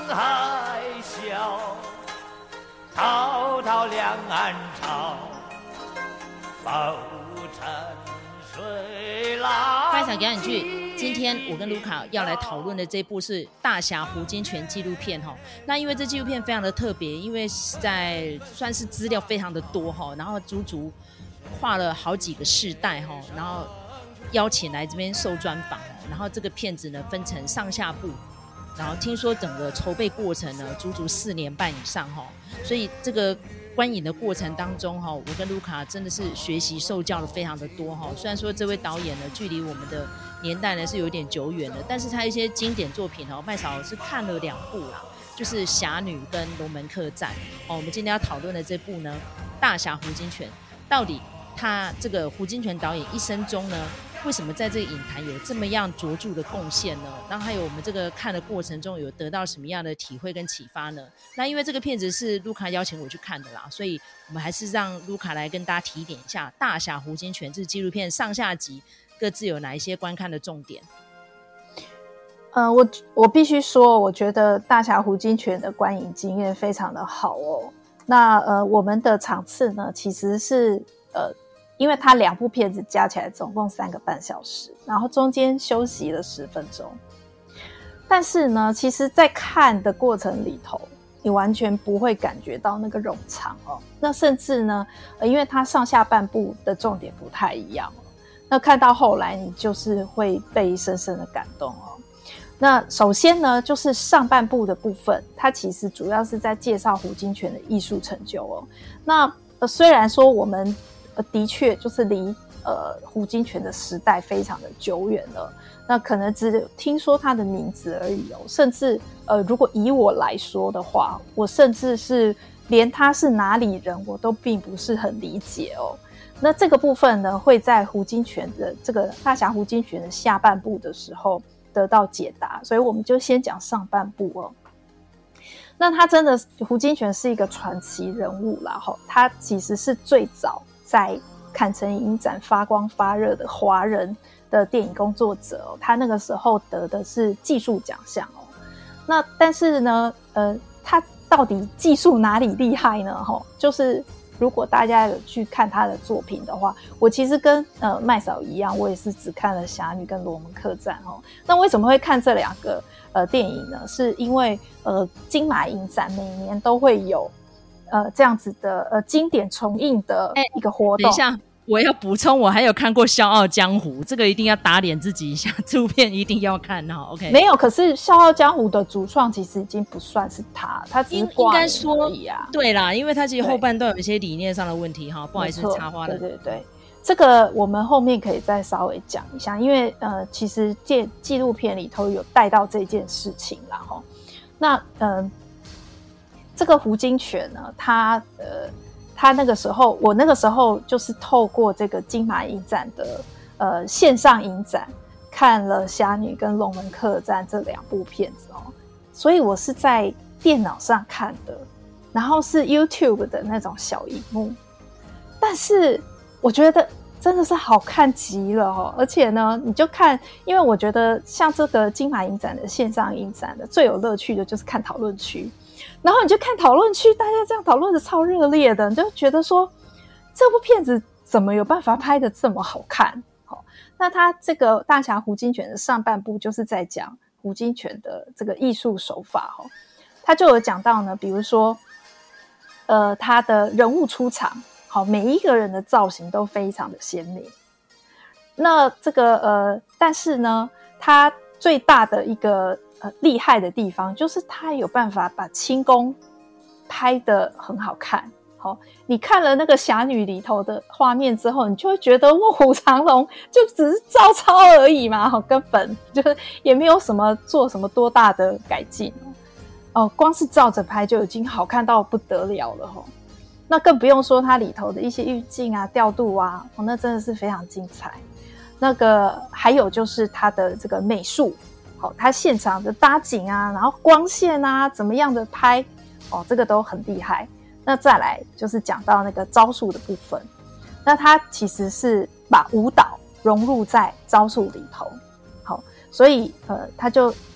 海啸，滔滔两岸潮，浮沉水浪。 欢迎小表演剧。今天我跟卢卡要来讨论的这部是《大侠胡金铨》纪录片。那因为这纪录片非常的特别，因为在算是资料非常的多，然后足足跨了好几个世代，然后邀请来这边受专访。然后这个片子呢分成上下部，然后听说整个筹备过程呢足足4年半以上，所以这个观影的过程当中，我跟卢卡真的是学习受教的非常的多。虽然说这位导演呢距离我们的年代呢是有点久远了，但是他一些经典作品麦嫂是看了2部啦，就是《侠女》跟《龙门客栈》。我们今天要讨论的这部呢《大侠胡金铨》，到底他这个胡金铨导演一生中呢为什么在这个影坛有这么样卓著的贡献呢？然后还有我们这个看的过程中有得到什么样的体会跟启发呢？那因为这个片子是卢卡邀请我去看的啦，所以我们还是让卢卡来跟大家提点一下《大侠胡金铨》这纪录片上下集各自有哪一些观看的重点。 我必须说，我觉得《大侠胡金铨》的观影经验非常的好哦。那我们的场次呢，其实是因为它2部片子加起来总共3个半小时，然后中间休息了10分钟。但是呢，其实在看的过程里头，你完全不会感觉到那个冗长哦。那甚至呢，因为它上下半部的重点不太一样哦，那看到后来你就是会被深深的感动哦。那首先呢，就是上半部的部分，它其实主要是在介绍胡金铨的艺术成就哦。那虽然说我们的确就是离胡金铨的时代非常的久远了，那可能只听说他的名字而已哦。甚至如果以我来说的话，我甚至是连他是哪里人我都并不是很理解哦。那这个部分呢，会在胡金铨的这个大侠胡金铨的下半部的时候得到解答，所以我们就先讲上半部哦。那他真的胡金铨是一个传奇人物啦，他其实是最早在坎城影展发光发热的华人的电影工作者哦，他那个时候得的是技术奖项哦。那但是呢，他到底技术哪里厉害呢？就是如果大家有去看他的作品的话，我其实跟麦嫂一样，我也是只看了《侠女》跟《龙门客栈》哦。那为什么会看这2个电影呢？是因为金马影展每年都会有这样子的经典重映的一个活动。 等一下，我要补充，我还有看过《笑傲江湖》，这个一定要打脸自己一下，这部片一定要看哈。OK， 没有，可是《笑傲江湖》的主创其实已经不算是他只是挂名而已啊。 对啦，因为他其实后半段有一些理念上的问题哈，不好意思插花了。 对，这个我们后面可以再稍微讲一下，因为其实纪录片里头有带到这件事情啦齁。那这个胡金铨呢，他那个时候，我那个时候就是透过这个金马影展的线上影展看了《侠女》跟《龙门客栈》这2部片子哦，所以我是在电脑上看的，然后是 YouTube 的那种小萤幕，但是我觉得真的是好看极了哦。而且呢，你就看，因为我觉得像这个金马影展的线上影展的最有乐趣的就是看讨论区，然后你就看讨论区，大家这样讨论的超热烈的，你就觉得说这部片子怎么有办法拍得这么好看。那他这个大侠胡金铨的上半部就是在讲胡金铨的这个艺术手法，他就有讲到呢，比如说他的人物出场，每一个人的造型都非常的鲜明。那这个但是呢，他最大的一个厉害的地方就是他有办法把轻功拍得很好看。你看了那个侠女里头的画面之后，你就会觉得卧虎藏龙就只是照抄而已嘛，根本就是也没有什么做什么多大的改进光是照着拍就已经好看到不得了了那更不用说它里头的一些运镜啊、调度啊，那真的是非常精彩。那个还有就是它的这个美术，它现场的搭景啊，然后光线啊，怎么样的拍这个都很厉害。那再来就是讲到那个招数的部分，那它其实是把舞蹈融入在招数里头，所以他就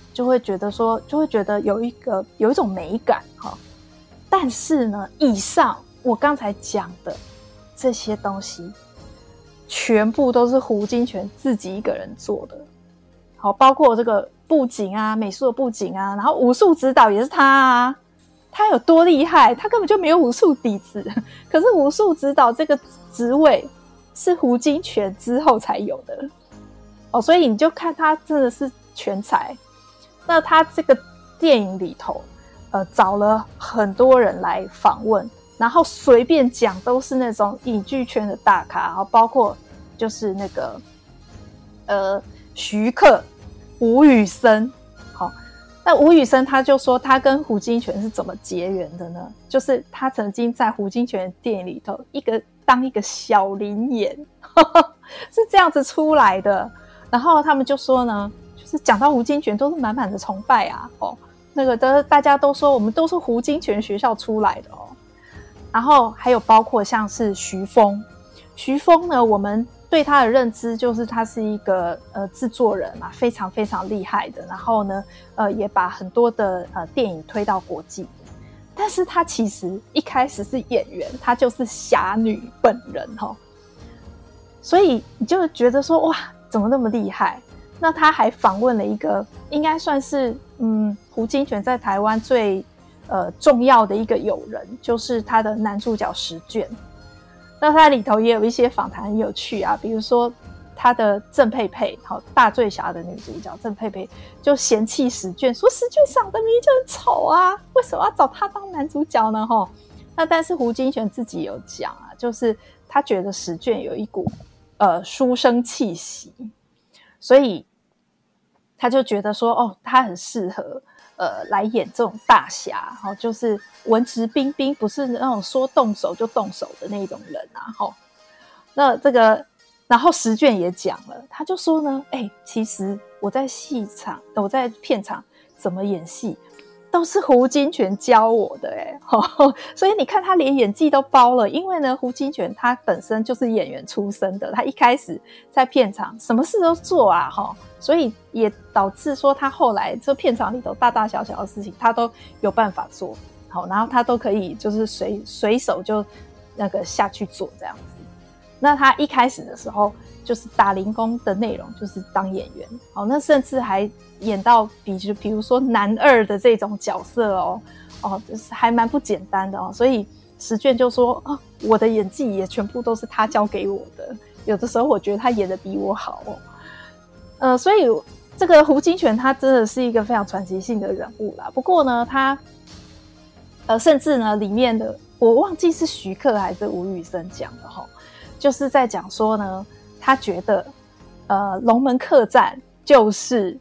就会觉得有一种美感哈。但是呢，以上我刚才讲的这些东西，全部都是胡金铨自己一个人做的。好，包括这个布景啊，美术的布景啊，然后武术指导也是他啊。他有多厉害？他根本就没有武术底子，可是武术指导这个职位是胡金铨之后才有的哦，所以你就看他真的是全才。那他这个电影里头，找了很多人来访问，然后随便讲都是那种影剧圈的大咖，包括就是那个徐克、吴宇森。那吴宇森他就说他跟胡金铨是怎么结缘的呢？就是他曾经在胡金铨的电影里头当一个小灵眼是这样子出来的。然后他们就说呢，就是讲到胡金铨都是满满的崇拜啊，那个大家都说我们都是胡金铨学校出来的哦。然后还有包括像是徐枫呢，我们对他的认知就是他是一个制作人嘛，非常非常厉害的。然后呢，也把很多的电影推到国际。但是他其实一开始是演员，他就是侠女本人哦。所以你就觉得说哇，怎么那么厉害？那他还访问了一个应该算是胡金铨在台湾最重要的一个友人，就是他的男主角石隽。那他里头也有一些访谈很有趣啊，比如说他的郑佩佩，大醉侠的女主角郑佩佩就嫌弃石隽，说石隽长得明明就很丑啊，为什么要找他当男主角呢？那但是胡金铨自己有讲啊，就是他觉得石隽有一股书生气息，所以他就觉得说他很适合来演这种大侠，就是文质彬彬，不是那种说动手就动手的那种人啊。那这个，然后石隽也讲了，他就说呢，其实我在片场怎么演戏，都是胡金铨教我的所以你看他连演技都包了，因为呢，胡金铨他本身就是演员出身的，他一开始在片场什么事都做啊，所以也导致说他后来这片场里头大大小小的事情他都有办法做，然后他都可以就是随手就那个下去做这样子。那他一开始的时候就是打零工的内容就是当演员，那甚至还演到比如说男二的这种角色就是还蛮不简单的所以石隽就说我的演技也全部都是他教给我的，有的时候我觉得他演得比我好所以这个胡金铨他真的是一个非常传奇性的人物啦。不过呢，他甚至呢里面的我忘记是徐克还是吴宇森讲的就是在讲说呢，他觉得龙门客栈就是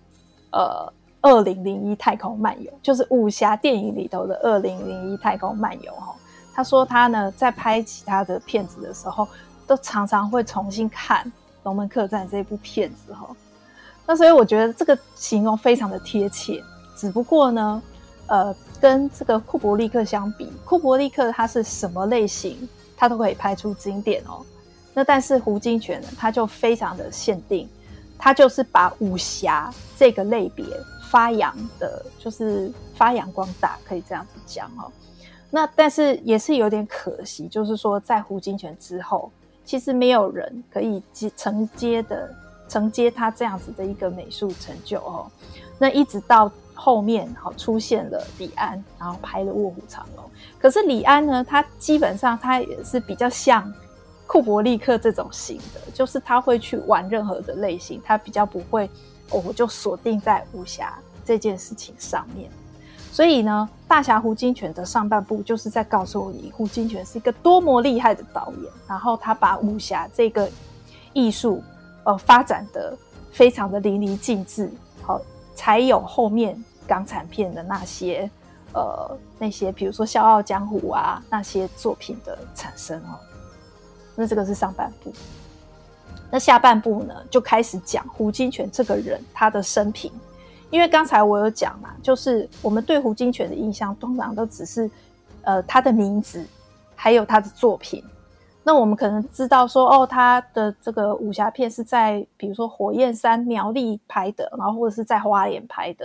2001太空漫游，就是武侠电影里头的2001太空漫游他说他呢在拍其他的片子的时候都常常会重新看龙门客栈这部片子那所以我觉得这个形容非常的贴切。只不过呢跟这个库伯利克相比，库伯利克他是什么类型他都可以拍出经典那但是胡金铨呢，他就非常的限定，他就是把武侠这个类别发扬光大，可以这样子讲那但是也是有点可惜，就是说在胡金铨之后，其实没有人可以承接他这样子的一个美术成就那一直到后面出现了李安，然后拍了《卧虎藏龙》。可是李安呢，他基本上他也是比较像库伯利克这种型的，就是他会去玩任何的类型，他比较不会我就锁定在武侠这件事情上面。所以呢，大侠胡金铨的上半部就是在告诉你胡金铨是一个多么厉害的导演，然后他把武侠这个艺术发展得非常的淋漓尽致才有后面港产片的那些比如说笑傲江湖啊那些作品的产生那这个是上半部。那下半部呢，就开始讲胡金铨这个人他的生平。因为刚才我有讲嘛，就是我们对胡金铨的印象通常都只是他的名字还有他的作品。那我们可能知道说他的这个武侠片是在比如说火焰山苗栗拍的，然后或者是在花莲拍的，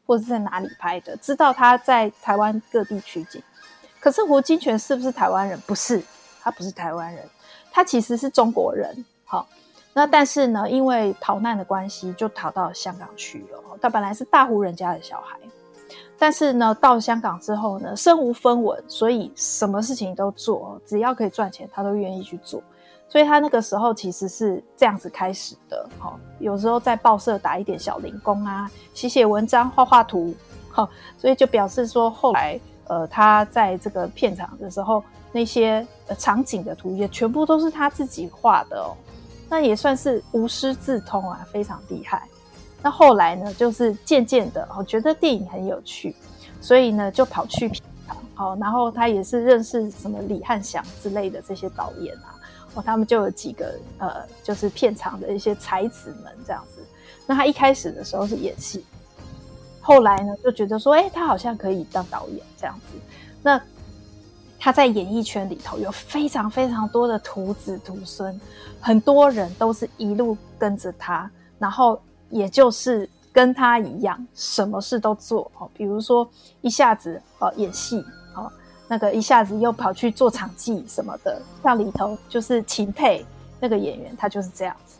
或者是在哪里拍的，知道他在台湾各地取景。可是胡金铨是不是台湾人？不是，他不是台湾人，他其实是中国人。好，那但是呢，因为逃难的关系，就逃到香港去了。他本来是大户人家的小孩，但是呢，到香港之后呢，身无分文，所以什么事情都做，只要可以赚钱，他都愿意去做。所以他那个时候其实是这样子开始的。有时候在报社打一点小零工啊，写文章，画画图。所以就表示说，后来他在这个片场的时候，那些场景的图也全部都是他自己画的哦。那也算是无师自通啊，非常厉害。那后来呢，就是渐渐的觉得电影很有趣，所以呢就跑去片场。然后他也是认识什么李翰祥之类的这些导演啊。他们就有几个就是片场的一些才子们这样子。那他一开始的时候是演戏，后来呢就觉得说，他好像可以当导演这样子。那他在演艺圈里头有非常非常多的徒子徒孙，很多人都是一路跟着他，然后也就是跟他一样，什么事都做。比如说一下子演戏。那个一下子又跑去做场记什么的，像里头就是秦沛那个演员，他就是这样子。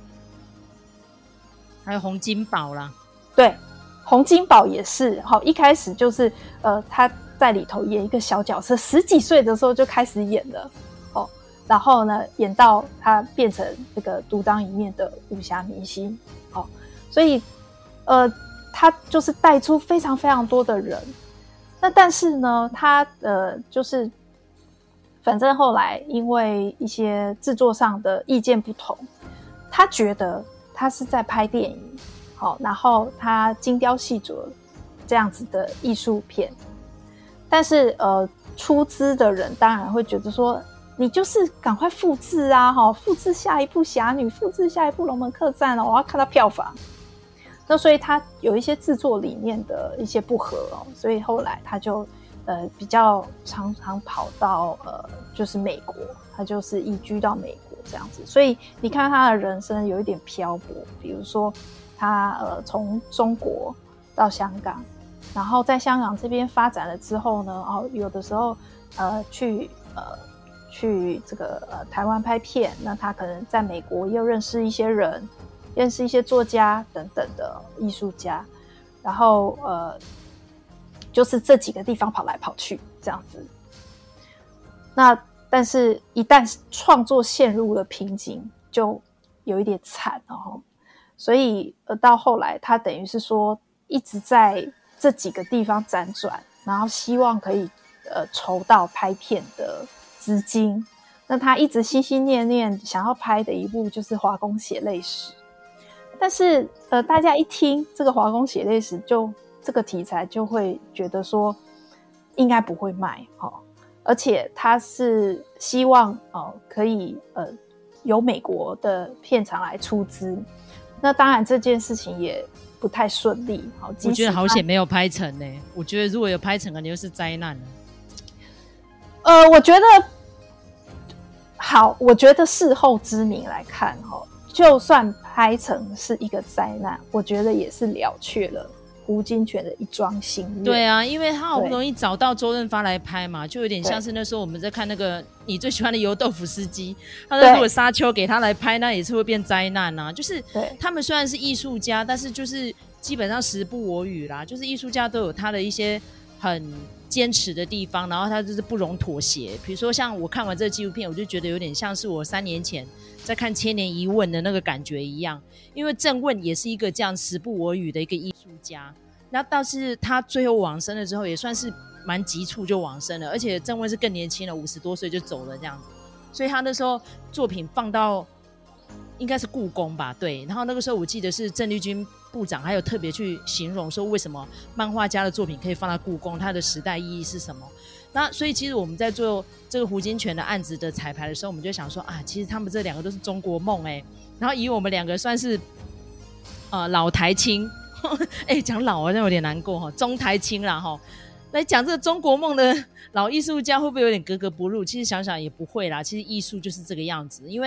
还有洪金宝啦， 对，洪金宝也是。一开始就是他在里头演一个小角色，10几岁的时候就开始演了。然后呢，演到他变成这个独当一面的武侠明星。所以他就是带出非常非常多的人。那但是呢，他就是反正后来因为一些制作上的意见不同，他觉得他是在拍电影，然后他精雕细琢这样子的艺术片。但是出资的人当然会觉得说，你就是赶快复制啊，复制下一部侠女，复制下一部龙门客栈我要看到票房。那所以他有一些制作理念的一些不合所以后来他就比较常常跑到就是美国，他就是移居到美国这样子。所以你看他的人生有一点漂泊，比如说他从中国到香港，然后在香港这边发展了之后呢，有的时候去这个台湾拍片，那他可能在美国又认识一些人，认识一些作家等等的艺术家，然后就是这几个地方跑来跑去这样子。那但是一旦创作陷入了瓶颈，就有一点惨所以到后来他等于是说一直在这几个地方辗转，然后希望可以筹到拍片的资金。那他一直心心念念想要拍的一部就是《华工血泪史》。但是大家一听这个华工血泪史，就这个题材就会觉得说应该不会卖而且他是希望可以由美国的片场来出资。那当然这件事情也不太顺利。 我觉得好险没有拍成呢。我觉得如果有拍成，肯定就是灾难了。 我觉得好，我觉得事后之明来看就算拍成是一个灾难，我觉得也是了却了胡金铨的一桩心愿。 对啊，因为他好不容易找到周润发来拍嘛，就有点像是那时候我们在看那个你最喜欢的油豆腐司机，他说如果沙丘给他来拍，那也是会变灾难啊。就是他们虽然是艺术家，但是就是基本上时不我与啦，就是艺术家都有他的一些很坚持的地方，然后他就是不容妥协。比如说像我看完这个纪录片，我就觉得有点像是我3年前在看《千年一问》的那个感觉一样，因为郑问也是一个这样时不我与的一个艺术家。那但是他最后往生了之后，也算是蛮急促就往生了，而且郑问是更年轻了，50多岁就走了这样子。所以他那时候作品放到应该是故宫吧，对。然后那个时候我记得是郑丽君部长还有特别去形容说，为什么漫画家的作品可以放到故宫，它的时代意义是什么。那所以其实我们在做这个胡金铨的案子的彩排的时候，我们就想说其实他们这两个都是中国梦然后以我们两个算是老台青讲老好像有点难过中台青啦来讲这个中国梦的老艺术家会不会有点格格不入？其实想想也不会啦，其实艺术就是这个样子。因为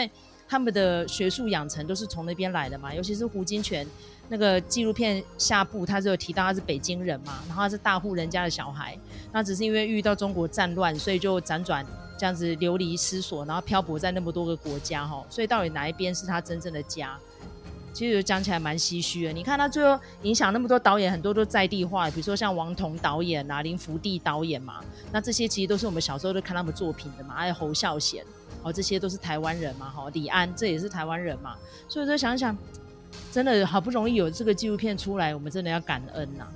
他们的学术养成都是从那边来的嘛，尤其是胡金铨那个纪录片下部，他就有提到他是北京人嘛，然后他是大户人家的小孩，那只是因为遇到中国战乱，所以就辗转这样子流离失所，然后漂泊在那么多个国家，所以到底哪一边是他真正的家？其实讲起来蛮唏嘘的。你看他最后影响那么多导演，很多都在地化，比如说像王童导演啊、林福地导演嘛，那这些其实都是我们小时候都看他们作品的嘛，还有侯孝贤，这些都是台湾人嘛，李安这也是台湾人嘛，所以我就想想，真的好不容易有这个纪录片出来，我们真的要感恩啊。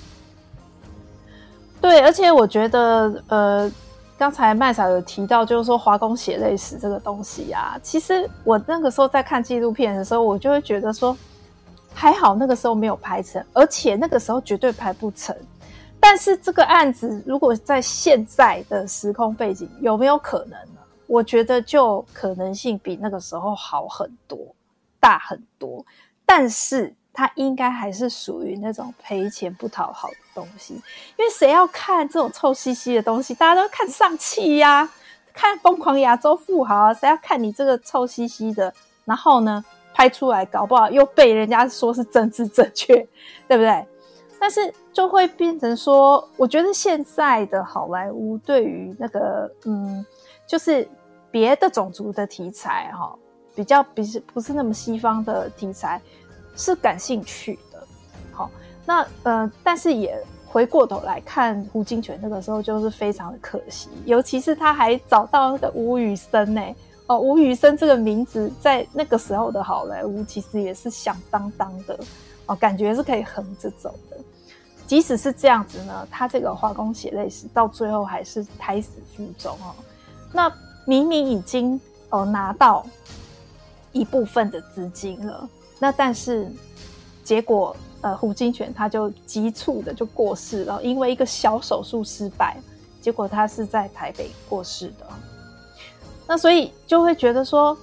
对，而且我觉得刚才麦嫂有提到，就是说华工血泪史这个东西啊，其实我那个时候在看纪录片的时候，我就会觉得说，还好那个时候没有拍成，而且那个时候绝对拍不成。但是这个案子如果在现在的时空背景，有没有可能呢？我觉得就可能性比那个时候好很多，大很多。但是它应该还是属于那种赔钱不讨好的东西，因为谁要看这种臭兮兮的东西？大家都看上汽呀，看疯狂亚洲富豪啊，谁要看你这个臭兮兮的？然后呢，拍出来搞不好又被人家说是政治正确，对不对？但是就会变成说，我觉得现在的好莱坞对于那个就是别的种族的题材比较不是那么西方的题材是感兴趣的。好，那但是也回过头来看胡金铨那个时候就是非常的可惜，尤其是他还找到那个吴宇森吴宇森这个名字在那个时候的好莱坞其实也是响当当的感觉是可以横着走的。即使是这样子呢，他这个华工血泪史到最后还是胎死腹中那明明已经拿到一部分的资金了，那但是结果胡金铨他就急促的就过世了，因为一个小手术失败，结果他是在台北过世的。那所以就会觉得说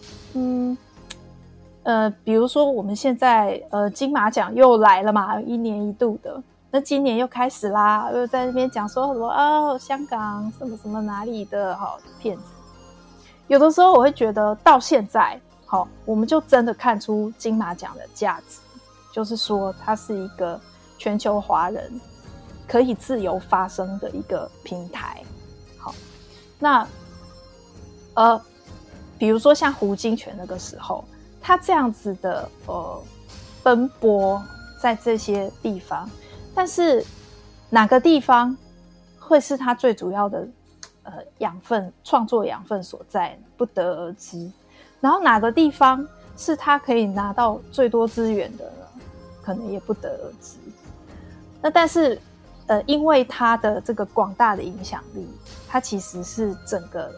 比如说我们现在金马奖又来了嘛，一年一度的，那今年又开始啦，又在那边讲说什么香港什么什么哪里的骗子。有的时候我会觉得到现在我们就真的看出金马奖的价值，就是说它是一个全球华人可以自由发声的一个平台。好，那比如说像胡金铨那个时候，他这样子的奔波在这些地方，但是哪个地方会是他最主要的养分，创作养分所在，不得而知。然后哪个地方是他可以拿到最多资源的呢？可能也不得而知。那但是因为他的这个广大的影响力，他其实是整个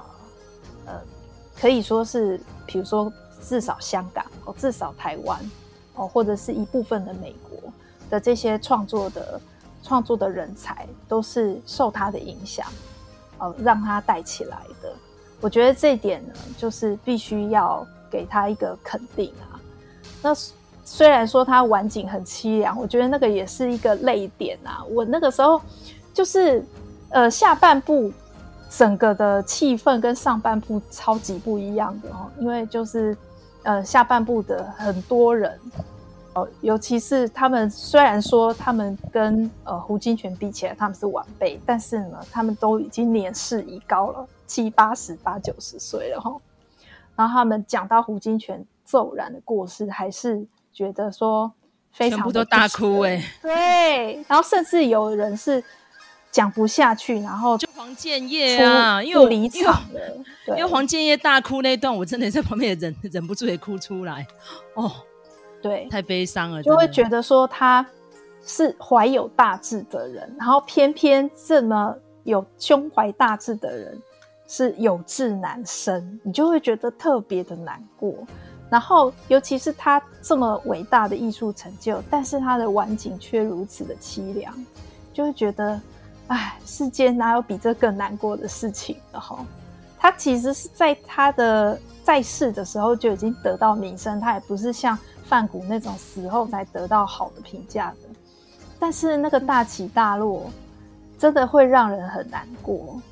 可以说是比如说至少香港至少台湾或者是一部分的美国的这些创作的人才都是受他的影响让他带起来的。我觉得这一点呢，就是必须要给他一个肯定那虽然说他晚景很凄凉，我觉得那个也是一个泪点我那个时候就是下半部整个的气氛跟上半部超级不一样的因为就是下半部的很多人尤其是他们虽然说他们跟胡金铨比起来他们是晚辈，但是呢他们都已经年事已高了，70、80、80、90岁了然后他们讲到胡金铨骤然的过世，还是觉得说非常的全部都大哭对，然后甚至有人是讲不下去，然后就黄建业因为离场了， 因为黄建业大哭那一段，我真的在旁边也忍不住也哭出来对， 太悲伤了， 就会觉得说他是怀有大志的人，然后偏偏这么有胸怀大志的人是有志难伸，你就会觉得特别的难过。然后尤其是他这么伟大的艺术成就，但是他的晚景却如此的凄凉，就会觉得世间哪有比这更难过的事情了他其实是在他的在世的时候就已经得到名声，他也不是像梵谷那种死后才得到好的评价的，但是那个大起大落真的会让人很难过。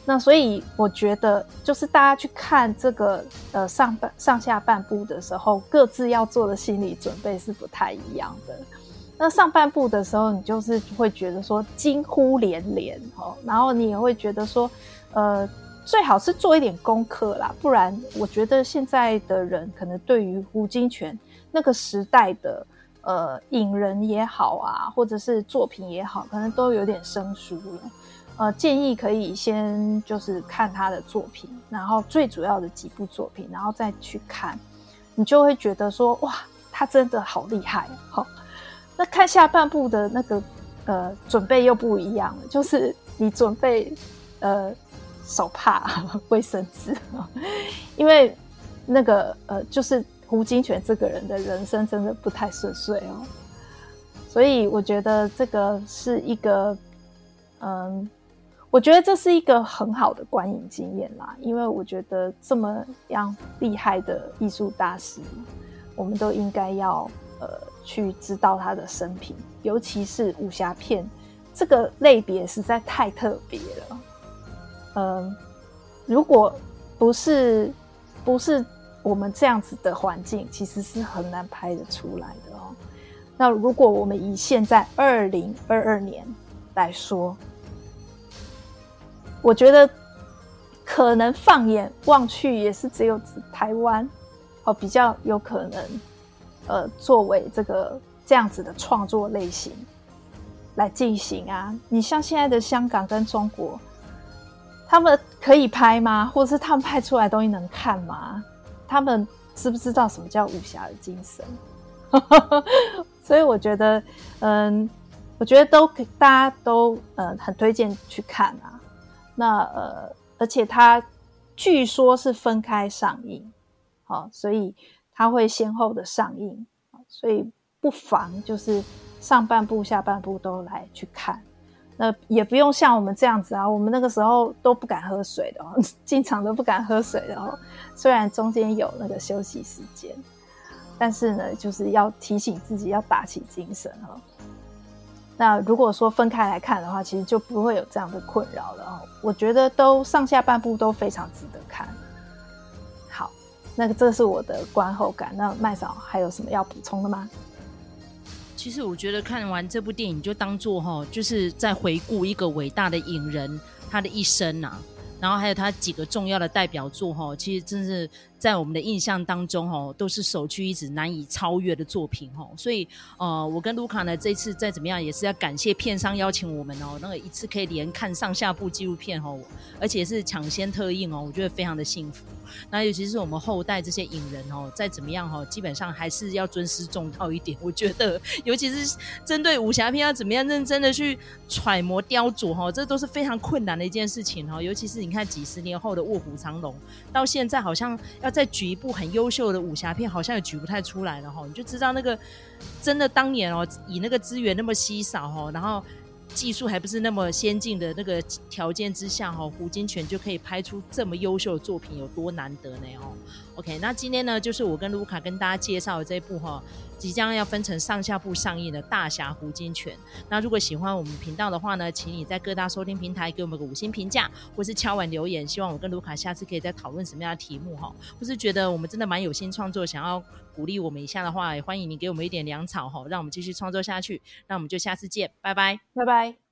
那所以我觉得，就是大家去看这个上下半部的时候，各自要做的心理准备是不太一样的。那上半部的时候，你就是会觉得说惊呼连连然后你也会觉得说，最好是做一点功课啦，不然我觉得现在的人可能对于胡金铨那个时代的影人也好啊，或者是作品也好，可能都有点生疏了。建议可以先就是看他的作品，然后最主要的几部作品，然后再去看，你就会觉得说哇，他真的好厉害那看下半部的那个准备又不一样了，就是你准备手帕、卫生纸因为那个就是胡金铨这个人的人生真的不太顺遂所以我觉得这个是一个我觉得这是一个很好的观影经验啦，因为我觉得这么样厉害的艺术大师，我们都应该要去知道他的生平，尤其是武侠片这个类别实在太特别了。如果不是我们这样子的环境，其实是很难拍得出来的那如果我们以现在2022年来说，我觉得可能放眼望去也是只有台湾比较有可能作为这样子的创作类型来进行啊。你像现在的香港跟中国，他们可以拍吗？或者是他们拍出来的东西能看吗？他们知不知道什么叫武侠的精神？所以我觉得大家都很推荐去看啊。那而且它据说是分开上映所以它会先后的上映，所以不妨就是上半部下半部都来去看。那也不用像我们这样子啊，我们那个时候都不敢喝水的经常都不敢喝水的虽然中间有那个休息时间，但是呢就是要提醒自己要打起精神那如果说分开来看的话，其实就不会有这样的困扰了我觉得都上下半部都非常值得看。好，那这是我的观后感。那麦嫂还有什么要补充的吗？ 其实我觉得看完这部电影就当作就是在回顾一个伟大的影人他的一生啊，然后还有他几个重要的代表作其实真是在我们的印象当中都是首屈一指难以超越的作品所以我跟卢卡呢这一次再怎么样也是要感谢片商邀请我们那个一次可以连看上下部纪录片而且是抢先特映我觉得非常的幸福。那尤其是我们后代这些影人再怎么样基本上还是要尊师重道一点，我觉得尤其是针对武侠片要怎么样认真的去揣摩雕琢这都是非常困难的一件事情尤其是你看几十年后的卧虎藏龙，到现在好像要再举一部很优秀的武侠片好像也举不太出来了你就知道那个真的当年以那个资源那么稀少然后技术还不是那么先进的那个条件之下胡金铨就可以拍出这么优秀的作品有多难得呢OK， 那今天呢就是我跟卢卡跟大家介绍的这部即将要分成上下部上映的大侠胡金铨。那如果喜欢我们频道的话呢，请你在各大收听平台给我们个5星评价，或是敲碗留言，希望我跟卢卡下次可以再讨论什么样的题目或是觉得我们真的蛮有心创作，想要鼓励我们一下的话，也欢迎你给我们一点粮草让我们继续创作下去。那我们就下次见，拜拜， 拜拜。